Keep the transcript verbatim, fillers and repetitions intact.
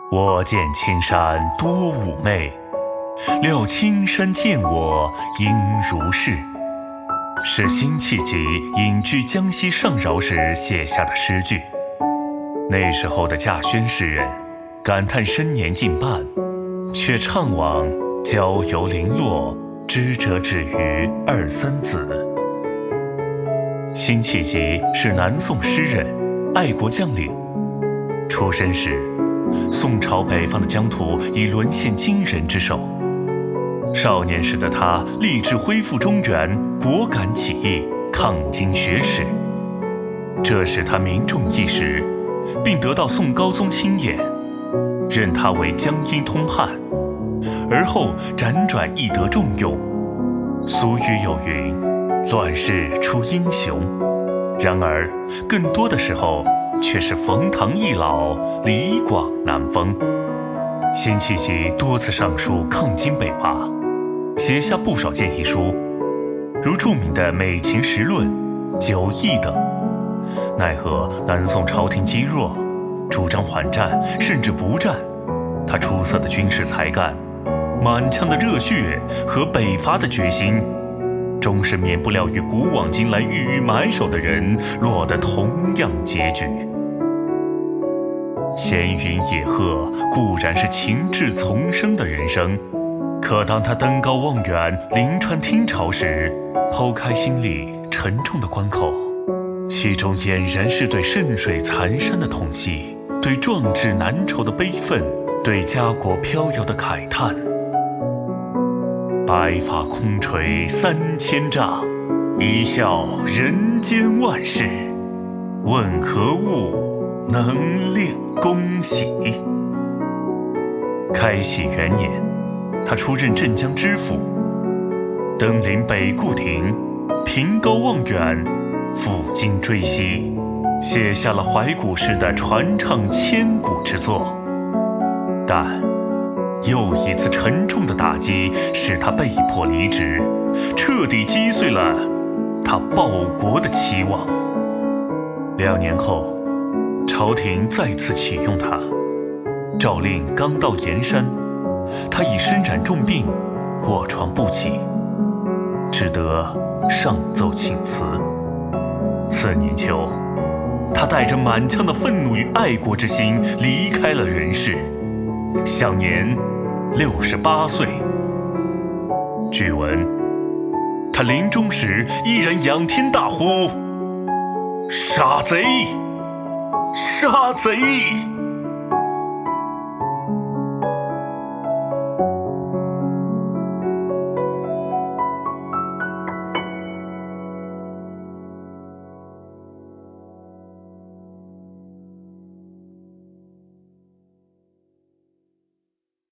我见青山多妩媚，料青山见我应如是。是辛弃疾隐居江西上饶时写下的诗句。那时候的稼轩诗人感叹生年近半，却怅惘郊游零落，知者只余二三子。辛弃疾是南宋诗人、爱国将领。出生时，宋朝北方的疆土已沦陷金人之手。少年时的他立志恢复中原，果敢起义，抗金雪耻，这使他名重一时，并得到宋高宗钦眼，任他为江阴通判。而后辗转亦得重用。俗语有云：乱世出英雄。然而更多的时候却是冯唐易老，李广难封。辛弃疾多次上书抗金北伐，写下不少建议书，如著名的《美秦时论》《九议》等。奈何南宋朝廷积弱，主张缓战甚至不战。他出色的军事才干、满腔的热血和北伐的决心，终是免不了与古往今来郁郁埋首的人落得同样结局。闲云野鹤固然是情志丛生的人生，可当他登高望远，临川听潮时，剖开心里沉重的关口，其中俨然是对顺水残山的痛惜，对壮志难酬的悲愤，对家国飘摇的慨叹。白发空垂三千丈，一笑人间万事。问何物能令公喜？开禧元年，他出任镇江知府，登临北固亭，凭高望远，负荆追昔，写下了怀古式的传唱千古之作。但又一次沉重的打击使他被迫离职，彻底击碎了他报国的期望。两年后，朝廷再次启用他，诏令刚到盐山，他已身染重病，卧床不起，只得上奏请辞。次年秋，他带着满腔的愤怒与爱国之心离开了人世，享年六十八岁。据闻他临终时依然仰天大呼：杀贼！杀贼！